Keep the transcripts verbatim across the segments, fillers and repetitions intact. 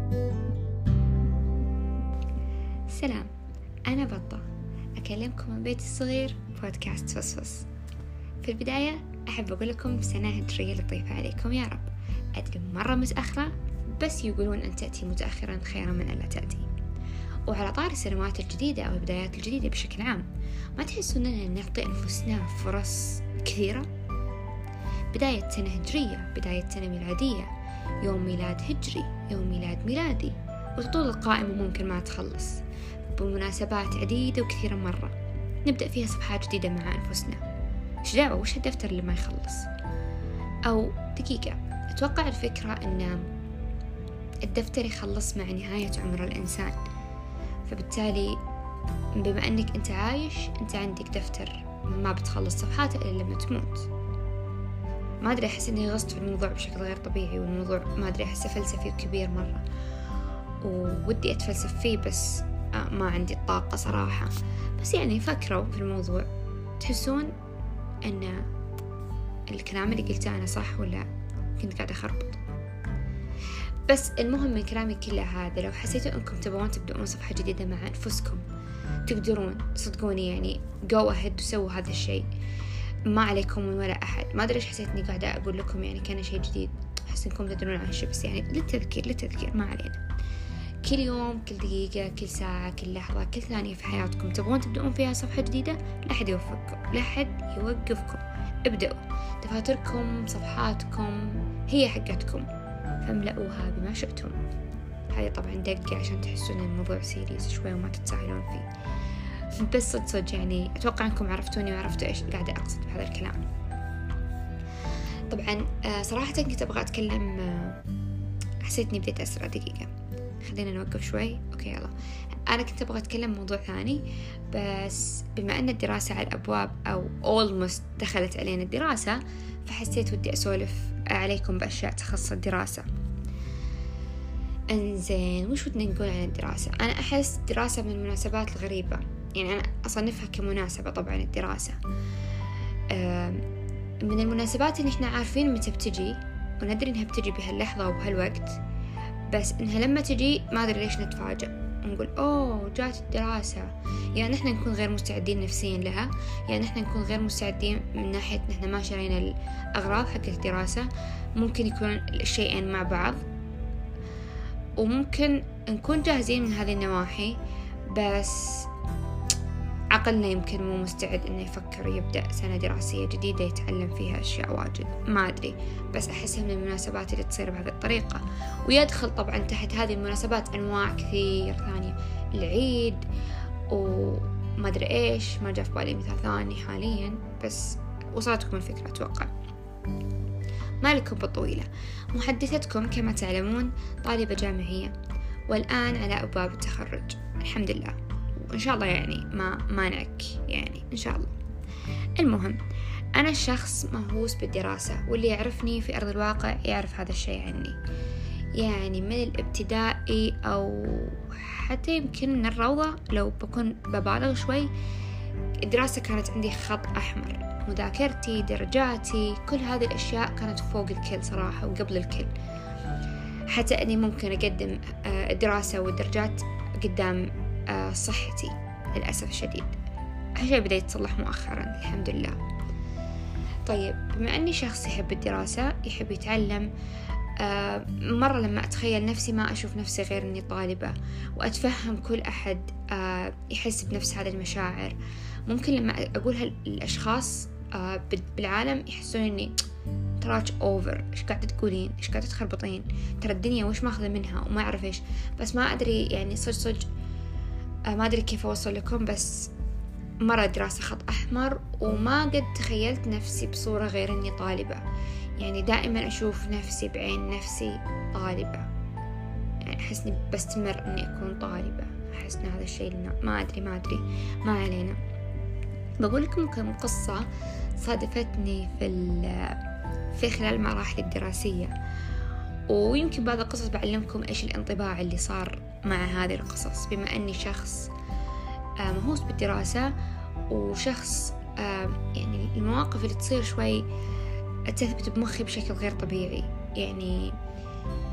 سلام، أنا بطة أكلمكم من بيتي الصغير بودكاست فصفص. في البداية أحب أقول لكم سنة هجرية لطيفة عليكم يا رب. أدري مرة متأخرة، بس يقولون أن تأتي متأخرا خيرا من ألا تأتي. وعلى طار السنوات الجديدة أو البدايات الجديدة بشكل عام، ما تحسون أننا نعطي أنفسنا فرص كثيرة؟ بداية سنة هجرية، بداية سنة ميلادية، يوم ميلاد هجري، يوم ميلاد ميلادي، وتطول القائمة ممكن ما تخلص بمناسبات عديدة وكثيرة مرة. نبدأ فيها صفحات جديدة مع أنفسنا. إيش دعوة وش الدفتر اللي ما يخلص؟ أو دقيقة، أتوقع الفكرة أن الدفتر يخلص مع نهاية عمر الإنسان، فبالتالي بما أنك أنت عايش أنت عندك دفتر ما بتخلص صفحاته إلا لما تموت. ما أدري، أحس أني غصت في الموضوع بشكل غير طبيعي، والموضوع ما أدري أحسه فلسفي وكبير مرة، وودي أتفلسف فيه بس ما عندي الطاقة صراحة. بس يعني فكروا في الموضوع، تحسون أن الكلام اللي قلته أنا صح ولا كنت قاعدة أخربط؟ بس المهم من كلامي كله هذا، لو حسيتوا أنكم تبغون تبدأون صفحة جديدة مع أنفسكم تقدرون، صدقوني يعني go ahead وسووا هذا الشيء، ما عليكم من ولا أحد. ما أدري إيش حسيت إني قاعدة أقول لكم يعني كان شيء جديد، أحس إنكم تدرون عن الشيء، بس يعني للتذكير للتذكير ما علينا. كل يوم، كل دقيقة، كل ساعة، كل لحظة، كل ثانية في حياتكم تبغون تبدأون فيها صفحة جديدة، لا أحد يوفقكم، لا أحد يوقفكم. ابدأوا. دفاتركم، صفحاتكم هي حقتكم، فاملأوها بما شئتم. هذه طبعا دقة عشان تحسون ان الموضوع سيريس شوي وما تتساهلون فيه، بس صدق صدق يعني أتوقع أنكم عرفتوني وعرفتوا إيش قاعدة أقصد بهذا الكلام. طبعا صراحة كنت أبغى أتكلم، حسيتني بديت أسرع. دقيقة خلينا نوقف شوي. أوكي يلا، أنا كنت أبغى أتكلم موضوع ثاني، بس بما أن الدراسة على الأبواب أو almost دخلت علينا الدراسة، فحسيت ودي أسولف عليكم بأشياء تخص الدراسة. انزين، وش ودنا نقول عن الدراسة؟ أنا أحس الدراسة من المناسبات الغريبة، يعني أنا أصنفها كمناسبة. طبعا الدراسة من المناسبات اللي إحنا عارفين متى بتجي، وندري إنها بتجي بهاللحظة وبهالوقت، بس إنها لما تجي ما أدري ليش نتفاجأ ونقول أوه جات الدراسة. يعني إحنا نكون غير مستعدين نفسيا لها، يعني إحنا نكون غير مستعدين من ناحية إحنا ما شرينا الأغراض حق الدراسة، ممكن يكون الشيئين مع بعض، وممكن نكون جاهزين من هذه النواحي، بس عقلنا يمكن مو مستعد إنه يفكر يبدأ سنة دراسية جديدة يتعلم فيها أشياء واجد. ما أدري، بس أحسها من المناسبات اللي تصير بهذه الطريقة. ويدخل طبعا تحت هذه المناسبات أنواع كثير ثانية، العيد وما أدري إيش، ما جاء في بالي مثال ثاني حاليا، بس وصلتكم الفكرة أتوقع. مالكم بالطويلة، محدثتكم كما تعلمون طالبة جامعية، والآن على أبواب التخرج الحمد لله، وإن شاء الله يعني ما مانعك يعني إن شاء الله. المهم، أنا شخص مهووس بالدراسة، واللي يعرفني في أرض الواقع يعرف هذا الشيء عني. يعني من الابتدائي أو حتى يمكن من الروضة، لو بكون ببالغ شوي، الدراسة كانت عندي خط أحمر. مذاكرتي، درجاتي، كل هذه الأشياء كانت فوق الكل صراحة وقبل الكل، حتى أني ممكن أقدم الدراسة والدرجات قدام صحتي للأسف الشديد. هالشيء بدأ يتصلح مؤخرا الحمد لله. طيب، بما أني شخص يحب الدراسة، يحب يتعلم، مرة لما أتخيل نفسي ما أشوف نفسي غير أني طالبة، وأتفهم كل أحد يحس بنفس هذه المشاعر. ممكن لما أقولها للأشخاص بالعالم يحسون أني تراك أوفر، إيش قاعدة تقولين، إيش قاعدة تخربطين، ترى الدنيا وش ماخذة منها وما أعرف إيش. بس ما أدري يعني صج صج ما أدري كيف أوصل لكم، بس مرة دراسة خط أحمر، وما قد تخيلت نفسي بصورة غير أني طالبة. يعني دائما أشوف نفسي بعين نفسي طالبة، يعني أحس إني بستمر إني أكون طالبة. أحس إن هذا الشيء ما أدري ما أدري ما علينا. بقول لكم كم قصة صادفتني في في خلال مراحل الدراسية، ويمكن بعض القصص بعلمكم إيش الانطباع اللي صار مع هذه القصص، بما أني شخص مهووس بالدراسة، وشخص يعني المواقف اللي تصير شوي تثبت بمخي بشكل غير طبيعي. يعني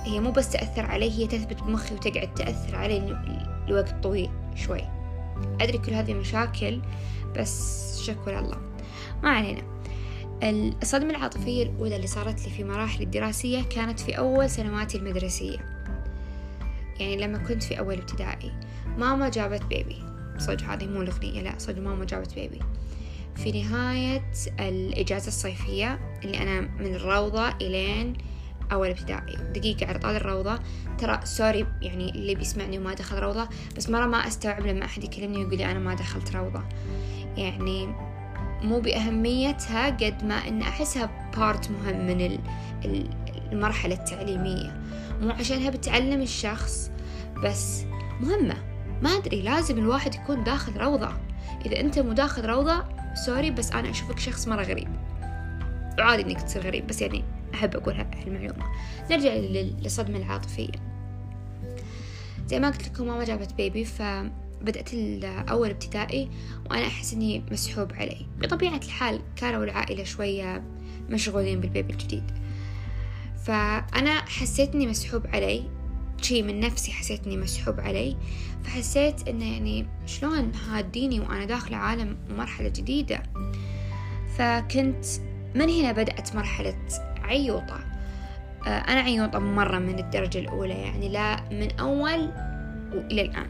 هي مو بس تأثر علي، هي تثبت بمخي وتقعد تأثر علي لوقت طويل شوي. أدري كل هذه مشاكل بس شكر الله. ما علينا. الصدمة العاطفية الأولى اللي صارت لي في مراحل الدراسية كانت في أول سنواتي المدرسية، يعني لما كنت في أول ابتدائي. ماما جابت بيبي، صدق هذه مو الأغنية، لا صدق ماما جابت بيبي في نهاية الإجازة الصيفية اللي أنا من الروضة إلين أول ابتدائي. دقيقة على طال الروضة، ترى سوري يعني اللي بيسمعني وما دخل روضة، بس مرة ما أستوعب لما أحد يكلمني ويقول لي أنا ما دخلت روضة، يعني مو بأهميتها قد ما إن أحسها بارت مهم من المرحلة التعليمية، مو عشانها بتعلم الشخص بس مهمة. ما أدري، لازم الواحد يكون داخل روضة. إذا أنت مو داخل روضة سوري بس أنا أشوفك شخص مرة غريب، عادي إنك تصير غريب، بس يعني أحب أقول هالمعلومة. نرجع للصدمة العاطفية. زي ما قلت لكم ماما جابت بيبي، فبدأت الأول ابتدائي وأنا أحس إني مسحوب علي. بطبيعة الحال كانوا العائلة شوية مشغولين بالبيبي الجديد، فأنا حسيت إني مسحوب علي، شيء من نفسي حسيت إني مسحوب علي. فحسيت إنه يعني شلون هاديني وأنا داخلة عالم ومرحلة جديدة. فكنت من هنا بدأت مرحلة عيوطة. أنا عيوطة مرة من الدرجة الأولى، يعني لا من أول وإلى الآن.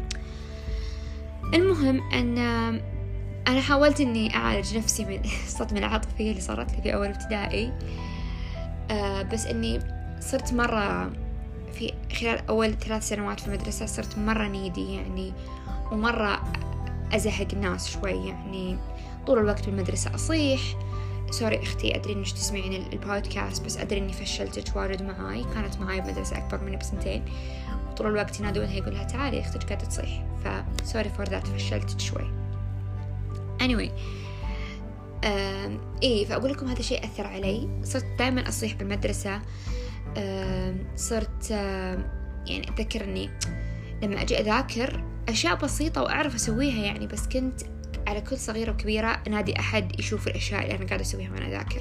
المهم أن أنا حاولت أني أعالج نفسي من الصدمة العاطفية اللي صارت لي في أول ابتدائي، بس أني صرت مرة في خلال أول ثلاث سنوات في المدرسة صرت مرة نيدي يعني، ومرة أزهق الناس شوي، يعني طول الوقت بالمدرسة أصيح. سوري أختي، أدري إنك تسمعين البودكاست، بس أدري إني فشلتك واجد معاي. كانت معاي بمدرسة أكبر مني بسنتين، وطول الوقت ينادونها يقول لها تعالي أختك قاعدة تصيح، فسوري فور ذات فشلتك شوي. anyway آه إيه فأقول لكم هذا شيء أثر علي. صرت دائما أصيح بالمدرسة. آه صرت آه يعني أتذكر إني لما أجي أذاكر أشياء بسيطة وأعرف أسويها يعني، بس كنت على كل صغيرة وكبيرة نادي أحد يشوف الأشياء اللي أنا قاعدة أسويها وأنا أذاكر.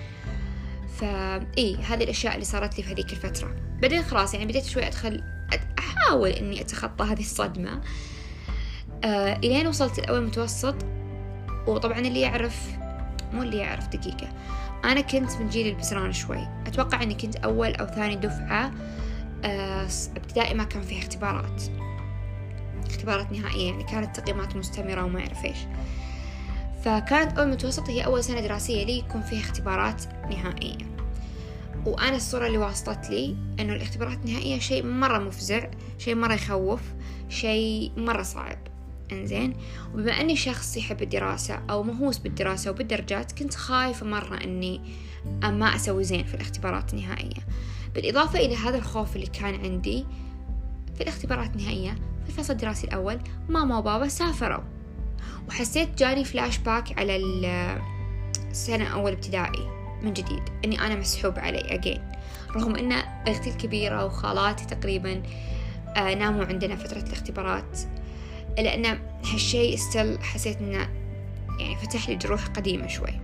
فإيه هذه الأشياء اللي صارت لي في هذيك الفترة. بعدين خلاص يعني بديت شوي أدخل أحاول إني أتخطى هذه الصدمة. آه إلين وصلت الأول متوسط. وطبعا اللي يعرف مو اللي يعرف دقيقة، أنا كنت من جيل البزران شوي. أتوقع أني كنت أول أو ثاني دفعة. آه ابتدائي ما كان فيها اختبارات اختبارات نهائية، يعني كانت تقييمات مستمرة وما أعرف إيش. فكانت أول متوسط هي أول سنة دراسية لي يكون فيها اختبارات نهائية. وأنا الصورة اللي واصلت لي أنه الاختبارات النهائية شيء مرة مفزع، شيء مرة يخوف، شيء مرة صعب. إنزين، وبما أني شخص يحب الدراسة أو مهووس بالدراسة وبالدرجات، كنت خايفة مرة أني ما أسوي زين في الاختبارات النهائية. بالإضافة إلى هذا الخوف اللي كان عندي في الاختبارات النهائية، في الفصل الدراسي الأول ماما وبابا سافروا، وحسيت جاني فلاش باك على السنة أول ابتدائي من جديد، أني أنا مسحوب علي أجين. رغم أن أختي الكبيرة وخالاتي تقريبا آه ناموا عندنا فترة الاختبارات، لأن هالشيء استل حسيت أنه يعني فتح لي جروح قديمة شوي.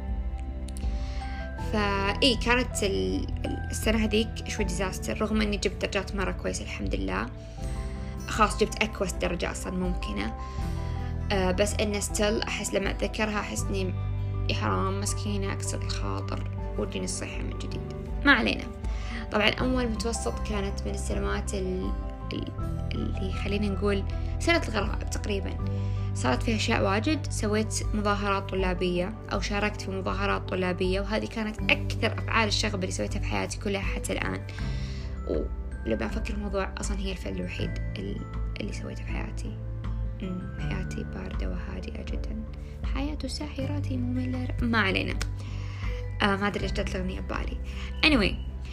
فإيه كانت السنة هذيك شوي ديزاستر، رغم أني جبت درجات مرة كويسة الحمد لله، خلاص جبت أكوس درجة أصلا ممكنة. آه بس إن ستيل أحس لما أتذكرها أحس إني يا حرام مسكينة أكسر الخاطر وتجيني الصحة من جديد. ما علينا. طبعا أول متوسط كانت من السنوات اللي خلينا نقول سنة الغرائب تقريبا. صارت فيها أشياء واجد. سويت مظاهرات طلابية أو شاركت في مظاهرات طلابية، وهذه كانت أكثر أفعال الشغب اللي سويتها في حياتي كلها حتى الآن. ولما أفكر الموضوع أصلا هي الفعل الوحيد اللي سويته في حياتي. حياتي باردة وهادئة جدا، حياة ساحراتي مملة. ما علينا. آه ما أدري ليش جت الأغنية ببالي. anyway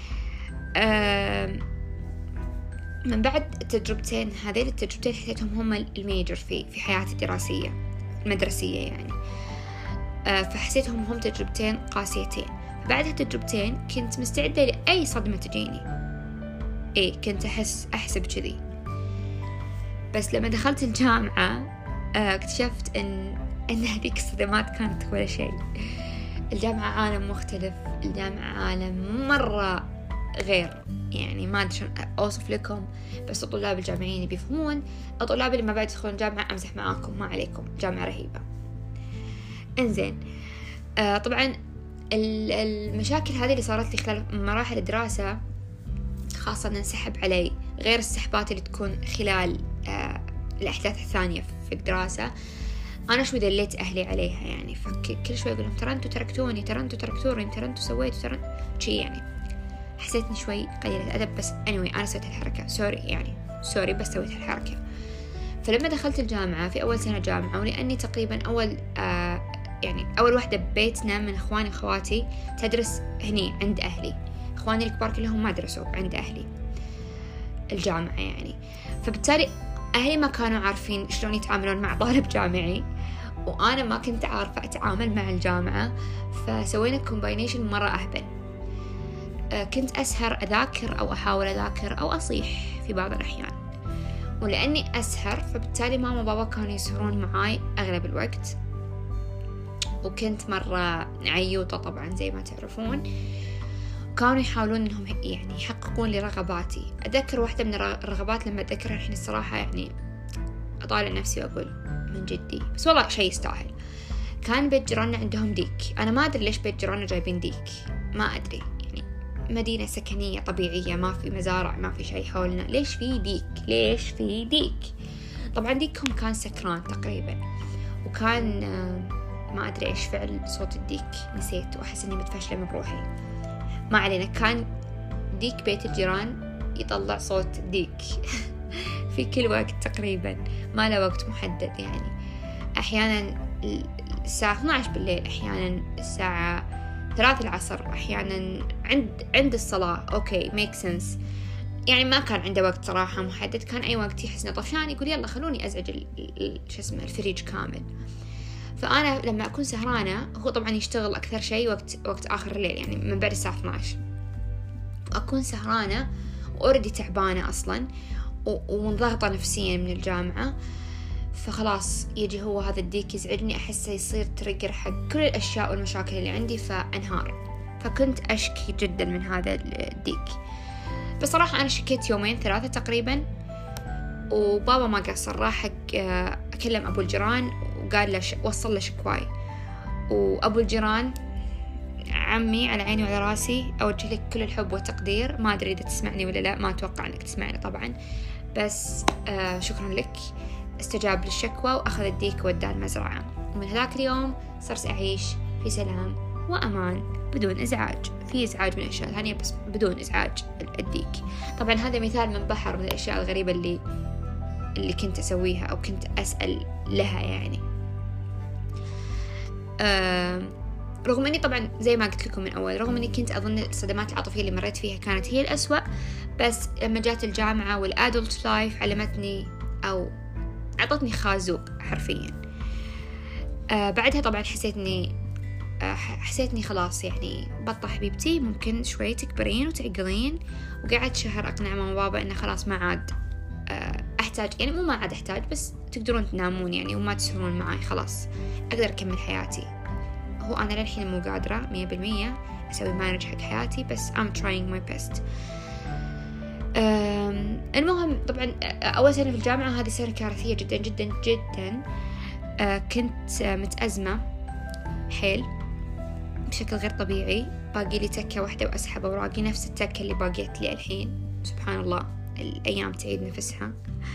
آه من بعد التجربتين هذيل التجربتين حسيتهم هم الميجر في في حياتي الدراسية المدرسية يعني. آه فحسيتهم هم تجربتين قاسيتين. بعد هالتجربتين كنت مستعدة لأي صدمة تجيني. إيه كنت أحس أحسب كذي. بس لما دخلت الجامعة آه اكتشفت إن إن هذيك الصدمات كانت ولا شيء. الجامعة عالم مختلف. الجامعة عالم مرة غير، يعني ما أدري شلون أوصف لكم، بس الطلاب الجامعيين اللي بيفهمون، الطلاب اللي ما بعد يدخلون الجامعة أمزح معاكم، ما عليكم، جامعة رهيبة. إنزين، آه طبعا المشاكل هذه اللي صارت لي خلال مراحل الدراسة، خاصة أن انسحب علي، غير السحبات اللي تكون خلال آه الأحداث الثانية في الدراسة، أنا شوي دليت أهلي عليها يعني. فكل شوي أقولهم ترى أنتوا تركتوني، ترى أنتوا تركتوني، ترى أنتوا سويتوا، ترى شي يعني. حسيتني شوي قليلة أدب، بس anyway أنا سويت الحركة، سوري يعني سوري بس سويت الحركة. فلما دخلت الجامعة في أول سنة جامعة، ولأني تقريبا أول آه يعني أول واحدة ببيتنا من إخواني وأخواتي تدرس هني عند أهلي، إخواني الكبار كلهم ما درسوا عند أهلي الجامعة يعني. فبالتالي أهلي ما كانوا عارفين شلون يتعاملون مع طالب جامعي، وأنا ما كنت عارفة أتعامل مع الجامعة، فسوينا كومباينيشن مرة أهبل. أه كنت أسهر أذاكر أو أحاول أذاكر أو أصيح في بعض الأحيان، ولأني أسهر فبالتالي ماما وبابا كانوا يسهرون معاي أغلب الوقت، وكنت مرة عيوطة طبعا زي ما تعرفون. كانوا يحاولون إنهم يعني يحققون لي رغباتي. أذكر واحدة من الرغبات لما أذكرها الحين الصراحة يعني أطالع نفسي وأقول من جدي، بس والله شيء يستاهل. كان بيت جيراننا عندهم ديك، أنا ما أدري ليش بيت جيراننا جايبين ديك، ما أدري يعني مدينة سكنية طبيعية، ما في مزارع، ما في شيء حولنا، ليش في ديك؟ ليش في ديك؟ طبعا ديكهم كان سكران تقريبا، وكان ما أدري إيش فعل صوت الديك، نسيت وأحس إني متفشلة من روحي، ما علينا. كان ديك بيت الجيران يطلع صوت ديك في كل وقت تقريبا، ما له وقت محدد يعني. أحيانا الساعة اثني عشر بالليل، أحيانا الساعة ثلاثة العصر، أحيانا عند عند الصلاة. أوكي ميك سنس يعني. ما كان عنده وقت صراحة محدد، كان أي وقت يحس إنه طفشان يقول يلا خلوني أزعج شو اسمه الفريج كامل. فأنا لما أكون سهرانة، هو طبعا يشتغل أكثر شيء وقت وقت آخر الليل يعني من بعد الساعة اثني عشر، وأكون سهرانة وأوردي تعبانة أصلا ومنضغطة نفسيا من الجامعة، فخلاص يجي هو هذا الديك يزعجني، أحسه يصير تريجر حق كل الأشياء والمشاكل اللي عندي، فأنهار. فكنت أشكي جدا من هذا الديك. بصراحة أنا شكيت يومين ثلاثة تقريبا، وبابا ما قصر، راح حق أكلم أبو الجيران وقال له ش... وصل له شكواي. وأبو الجيران عمي على عيني وعلى راسي، أوجه لك كل الحب والتقدير. ما أدري إذا تسمعني ولا لا، ما أتوقع أنك تسمعني طبعا، بس آه شكرا لك. استجاب للشكوى وأخذ الديك وداه المزرعة، ومن هذاك اليوم صرت أعيش في سلام وأمان بدون إزعاج. في إزعاج من الأشياء الثانية بس بدون إزعاج الديك. طبعا هذا مثال من بحر من الأشياء الغريبة اللي اللي كنت أسويها أو كنت أسأل لها يعني. آه رغم أني طبعا زي ما قلت لكم من أول، رغم أني كنت أظن الصدمات العاطفية اللي مريت فيها كانت هي الأسوأ، بس لما جات الجامعة والأدلت لايف علمتني أو عطتني خازوق حرفيا. آه بعدها طبعا حسيتني آه حسيتني خلاص يعني بطة حبيبتي، ممكن شوي تكبرين وتعقلين. وقعدت شهر أقنع ماما وبابا إنه خلاص ما عاد آه أحتاج، يعني مو ما عاد أحتاج، بس تقدرون تنامون يعني وما تسهرون معي، خلاص أقدر أكمل حياتي. هو أنا للحين مو قادرة مية بالمية أسوي مانج حق حياتي، بس I'm trying my best. المهم طبعا أول سنة في الجامعة هذه سنة كارثية جدا جدا جدا. أه كنت متأزمة حيل بشكل غير طبيعي، باقي لي تكة واحدة وأسحب أوراقي، نفس التكة اللي باقيت لي الحين. سبحان الله الأيام تعيد نفسها.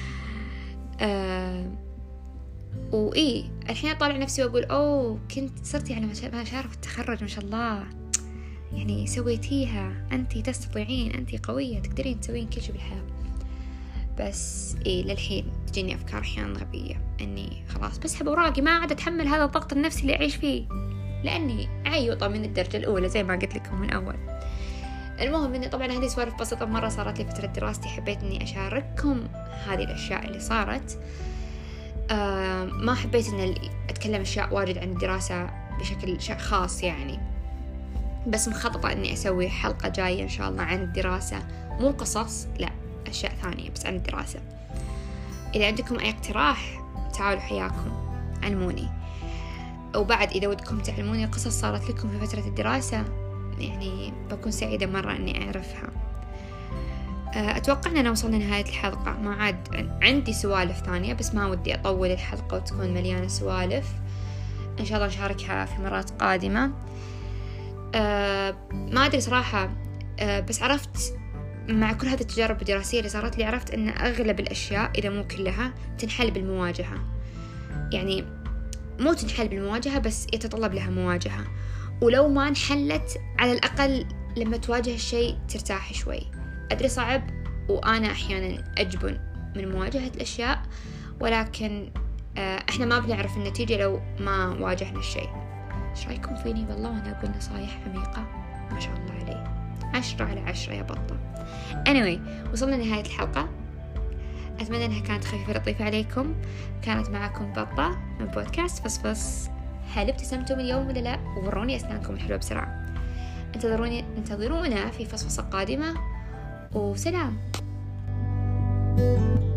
أه وإيه الحين أطالع نفسي وأقول أوه كنت صرت يعني مشارف التخرج ما شاء الله، يعني سويتيها، أنتي تستطيعين، أنتي قوية، تقدرين تسوين كل شيء بالحياة. بس إيه للحين تجيني أفكار أحيانا غبية إني خلاص بسحب أوراقي، ما عاد أتحمل هذا الضغط النفسي اللي أعيش فيه، لأني عيوطة من الدرجة الأولى زي ما قلت لكم من أول. المهم إني طبعا هذه سوالف بسيطة مرة صارت لي فترة دراستي، حبيت إني أشارككم هذه الأشياء اللي صارت. آه ما حبيت إن أتكلم أشياء واجد عن الدراسة بشكل خاص يعني، بس مخططة إني أسوي حلقة جاية إن شاء الله عن الدراسة، مو قصص لا أشياء ثانية بس عن الدراسة. إذا عندكم أي اقتراح تعالوا حياكم علموني. وبعد إذا ودكم تعلموني قصص صارت لكم في فترة الدراسة يعني بكون سعيدة مرة إني أعرفها. أتوقع أننا وصلنا لنهاية الحلقة. ما عاد عندي سوالف ثانية بس ما ودي أطول الحلقة وتكون مليانة سوالف، إن شاء الله نشاركها في مرات قادمة. أه ما أدري صراحة، أه بس عرفت مع كل هذه التجارب الدراسية اللي صارت لي، عرفت أن أغلب الأشياء إذا مو كلها تنحل بالمواجهة. يعني مو تنحل بالمواجهة بس يتطلب لها مواجهة، ولو ما انحلت على الأقل لما تواجه الشيء ترتاح شوي. أدري صعب وأنا أحيانا أجبن من مواجهة الأشياء، ولكن إحنا ما بنعرف النتيجة لو ما واجهنا الشيء. إيش رأيكم فيني والله وأنا أقول نصايح عميقة؟ ما شاء الله علي، عشرة على عشرة يا بطة. anyway وصلنا لنهاية الحلقة، أتمنى أنها كانت خفيفة لطيفة عليكم. كانت معكم بطة من بودكاست فصفص. هل ابتسمتم اليوم ولا لا؟ ووروني أسنانكم الحلوة بسرعة. انتظروني انتظرونا في فصفصة قادمة، وسلام.